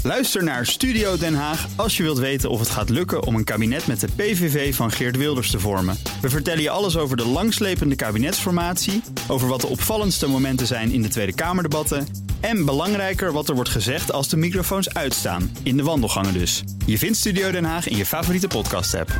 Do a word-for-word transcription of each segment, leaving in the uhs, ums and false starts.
Luister naar Studio Den Haag als je wilt weten of het gaat lukken om een kabinet met de P V V van Geert Wilders te vormen. We vertellen je alles over de langslepende kabinetsformatie, over wat de opvallendste momenten zijn in de Tweede Kamerdebatten en belangrijker wat er wordt gezegd als de microfoons uitstaan, in de wandelgangen dus. Je vindt Studio Den Haag in je favoriete podcast-app.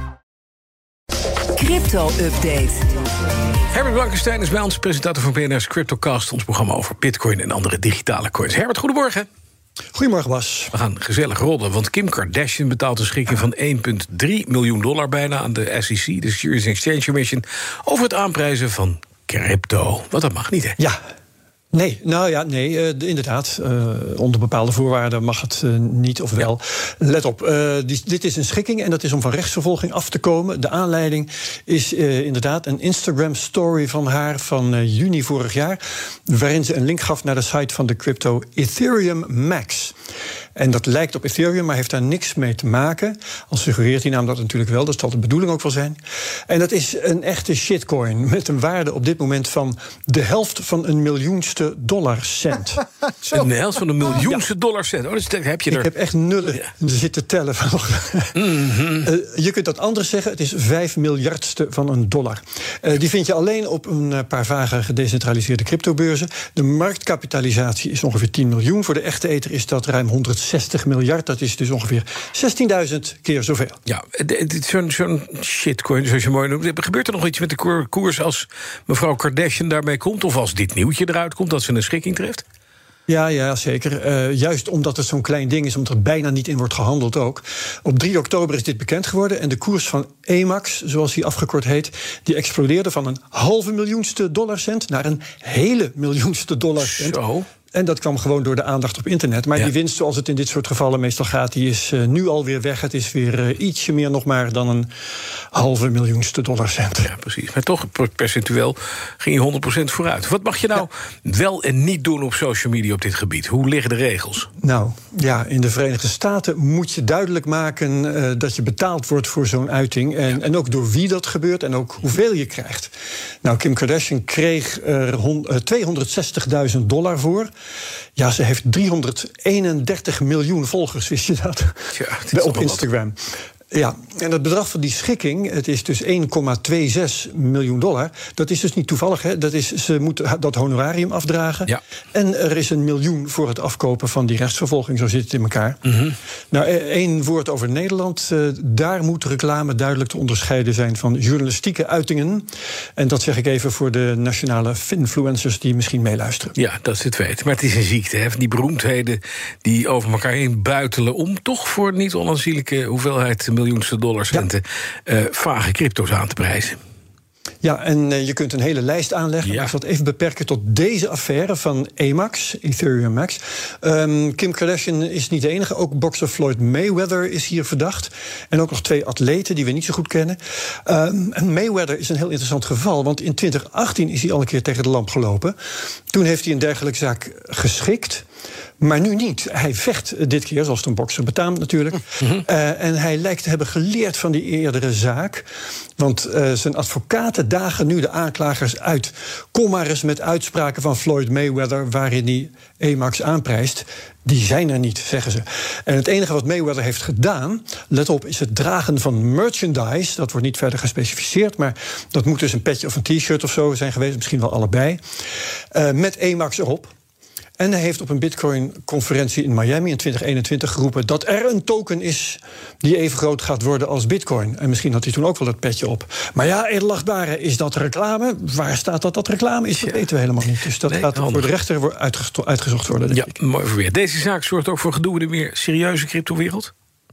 Crypto-update. Herbert Blankenstein is bij ons, presentator van B N R's CryptoCast, ons programma over bitcoin en andere digitale coins. Herbert, goedemorgen. Goedemorgen, Bas. We gaan gezellig rollen, want Kim Kardashian betaalt een schikking van één komma drie miljoen dollar bijna aan de S E C, de Securities and Exchange Commission, over het aanprijzen van crypto. Want dat mag niet, hè? Ja. Nee, nou ja, nee, uh, inderdaad. Uh, onder bepaalde voorwaarden mag het uh, niet of wel. Ja. Let op, uh, die, dit is een schikking en dat is om van rechtsvervolging af te komen. De aanleiding is uh, inderdaad een Instagram-story van haar van uh, juni vorig jaar, waarin ze een link gaf naar de site van de crypto Ethereum Max. En dat lijkt op Ethereum, maar heeft daar niks mee te maken. Al suggereert die naam dat natuurlijk wel, dat zal de bedoeling ook wel zijn. En dat is een echte shitcoin met een waarde op dit moment van de helft van een miljoenste dollarcent. Een helft van een miljoenste ja. dollarcent. Oh, dus heb je er... Ik heb echt nullen ja. zitten tellen vanochtend. Mm-hmm. uh, je kunt dat anders zeggen, het is vijf miljardste van een dollar. Uh, die vind je alleen op een paar vage gedecentraliseerde cryptobeurzen. De marktkapitalisatie is ongeveer tien miljoen. Voor de echte ether is dat ruim honderdzestig miljard. Dat is dus ongeveer zestienduizend keer zoveel. Ja, zo'n, zo'n shitcoin, zoals je mooi noemt. Gebeurt er nog iets met de koers als mevrouw Kardashian daarmee komt? Of als dit nieuwtje eruit komt, dat ze een schikking treft? Ja, ja, zeker. Uh, juist omdat het zo'n klein ding is, omdat er bijna niet in wordt gehandeld ook. Op drie oktober is dit bekend geworden en de koers van E M A X, zoals die afgekort heet, die explodeerde van een halve miljoenste dollarcent naar een hele miljoenste dollarcent. Zo. En dat kwam gewoon door de aandacht op internet. Maar ja. die winst, zoals het in dit soort gevallen meestal gaat, die is uh, nu alweer weg. Het is weer uh, ietsje meer nog maar dan een halve miljoenste dollarcent. Ja, precies. Maar toch, percentueel ging je honderd procent vooruit. Wat mag je nou ja. wel en niet doen op social media op dit gebied? Hoe liggen de regels? Nou, ja, in de Verenigde Staten moet je duidelijk maken uh, dat je betaald wordt voor zo'n uiting. En, ja. en ook door wie dat gebeurt en ook hoeveel je krijgt. Nou, Kim Kardashian kreeg er uh, tweehonderdzestigduizend dollar voor. Ja, ze heeft driehonderdeenendertig miljoen volgers, wist je dat? Ja, op Instagram. Ja, en het bedrag van die schikking, het is dus één komma zesentwintig miljoen dollar. Dat is dus niet toevallig, hè? Dat is, ze moeten dat honorarium afdragen. Ja. En er is een miljoen voor het afkopen van die rechtsvervolging. Zo zit het in elkaar. Mm-hmm. Nou, één woord over Nederland. Uh, daar moet reclame duidelijk te onderscheiden zijn van journalistieke uitingen. En dat zeg ik even voor de nationale influencers die misschien meeluisteren. Ja, dat is het weten. Maar het is een ziekte, hè? Die beroemdheden die over elkaar heen buitelen om toch voor niet onaanzienlijke hoeveelheid miljoenste dollarcenten ja. uh, vage crypto's aan te prijzen. Ja, en uh, je kunt een hele lijst aanleggen. Ja. Ik zal het even beperken tot deze affaire van E M A X, Ethereum Max. Um, Kim Kardashian is niet de enige. Ook bokser Floyd Mayweather is hier verdacht. En ook nog twee atleten die we niet zo goed kennen. Um, en Mayweather is een heel interessant geval. Want in twintig achttien is hij al een keer tegen de lamp gelopen. Toen heeft hij een dergelijke zaak geschikt. Maar nu niet. Hij vecht dit keer, zoals het een bokser betaamt natuurlijk. Mm-hmm. Uh, en hij lijkt te hebben geleerd van die eerdere zaak. Want uh, zijn advocaten dagen nu de aanklagers uit. Kom maar eens met uitspraken van Floyd Mayweather waarin hij E M A X aanprijst. Die zijn er niet, zeggen ze. En het enige wat Mayweather heeft gedaan, let op, is het dragen van merchandise. Dat wordt niet verder gespecificeerd, maar dat moet dus een petje of een t-shirt of zo zijn geweest. Misschien wel allebei. Uh, met E M A X erop. En hij heeft op een Bitcoin-conferentie in Miami in twintig eenentwintig geroepen dat er een token is die even groot gaat worden als Bitcoin. En misschien had hij toen ook wel dat petje op. Maar ja, edelachtbare, is dat reclame? Waar staat dat dat reclame is? Dat weten we helemaal niet. Dus dat nee, gaat handig. Voor de rechter uitgezocht worden, denk ja, ik. Mooi verweer. Deze zaak zorgt ook voor gedoe in de meer serieuze cryptowereld?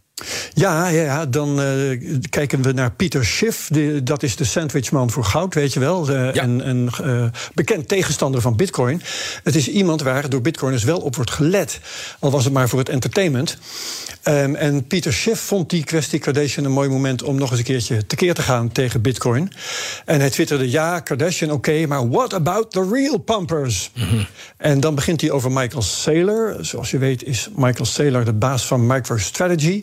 Ja, ja, ja, dan uh, kijken we naar Peter Schiff. Die, dat is de sandwichman voor goud, weet je wel. Uh, ja. Een, een uh, bekend tegenstander van Bitcoin. Het is iemand waar door Bitcoiners wel op wordt gelet. Al was het maar voor het entertainment. Um, en Peter Schiff vond die kwestie Kardashian een mooi moment om nog eens een keertje tekeer te gaan tegen Bitcoin. En hij twitterde, ja, Kardashian, oké, okay, maar what about the real pumpers? Mm-hmm. En dan begint hij over Michael Saylor. Zoals je weet is Michael Saylor de baas van MicroStrategy.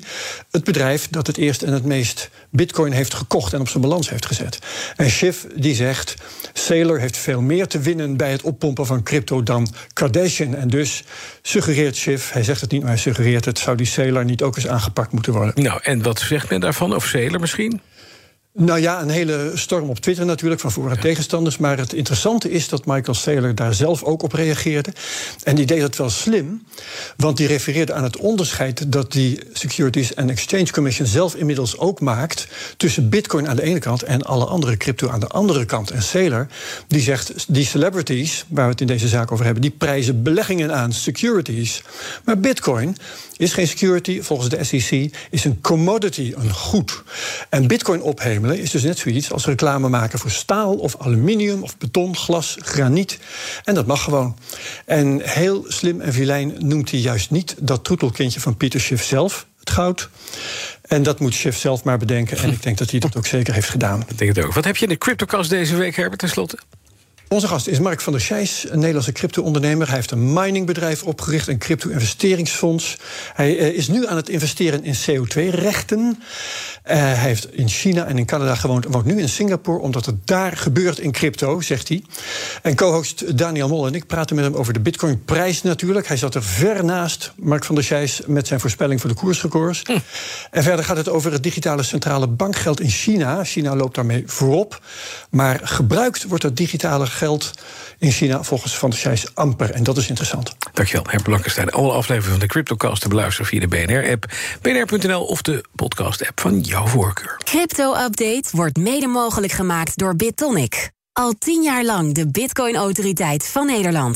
het bedrijf dat het eerst en het meest bitcoin heeft gekocht en op zijn balans heeft gezet. En Schiff die zegt, Saylor heeft veel meer te winnen bij het oppompen van crypto dan Kardashian. En dus suggereert Schiff, hij zegt het niet, maar hij suggereert het, zou die Saylor niet ook eens aangepakt moeten worden. Nou, en wat zegt men daarvan, of Saylor misschien? Nou ja, een hele storm op Twitter natuurlijk van voor- en ja. tegenstanders. Maar het interessante is dat Michael Saylor daar zelf ook op reageerde. En die deed het wel slim, want die refereerde aan het onderscheid dat die Securities and Exchange Commission zelf inmiddels ook maakt tussen bitcoin aan de ene kant en alle andere crypto aan de andere kant. En Saylor die zegt, die celebrities waar we het in deze zaak over hebben, die prijzen beleggingen aan, securities. Maar bitcoin is geen security, volgens de S E C is een commodity, een goed. En bitcoin ophemelen is dus net zoiets als reclame maken voor staal of aluminium of beton, glas, graniet. En dat mag gewoon. En heel slim en vilijn noemt hij juist niet dat troetelkindje van Pieter Schiff zelf, het goud. En dat moet Schiff zelf maar bedenken. En ik denk dat hij dat ook zeker heeft gedaan. Ik denk het ook. Wat heb je in de CryptoCast deze week, Herbert, tenslotte? Onze gast is Mark van der Scheijs, een Nederlandse crypto-ondernemer. Hij heeft een miningbedrijf opgericht, een crypto-investeringsfonds. Hij uh, is nu aan het investeren in C O twee rechten. Uh, hij heeft in China en in Canada gewoond, woont nu in Singapore, omdat het daar gebeurt in crypto, zegt hij. En co-host Daniel Mol en ik praten met hem over de bitcoinprijs natuurlijk. Hij zat er ver naast, Mark van der Scheijs, met zijn voorspelling voor de koersrecords. Hm. En verder gaat het over het digitale centrale bankgeld in China. China loopt daarmee voorop. Maar gebruikt wordt dat digitale geld in China volgens Van der Scheijs amper. En dat is interessant. Dankjewel, Herbert Blankenstein. Alle afleveringen van de CryptoCast te beluisteren via de B N R-app, B N R punt N L of de podcast-app van jouw voorkeur. Crypto-update wordt mede mogelijk gemaakt door BitTonic. Al tien jaar lang de Bitcoin-autoriteit van Nederland.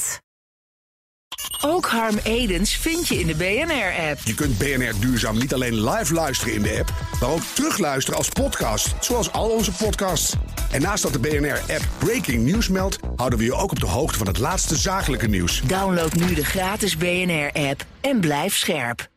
Ook Harm Edens vind je in de B N R-app. Je kunt B N R Duurzaam niet alleen live luisteren in de app, maar ook terugluisteren als podcast, zoals al onze podcasts. En naast dat de B N R-app Breaking News meldt, houden we je ook op de hoogte van het laatste zakelijke nieuws. Download nu de gratis B N R-app en blijf scherp.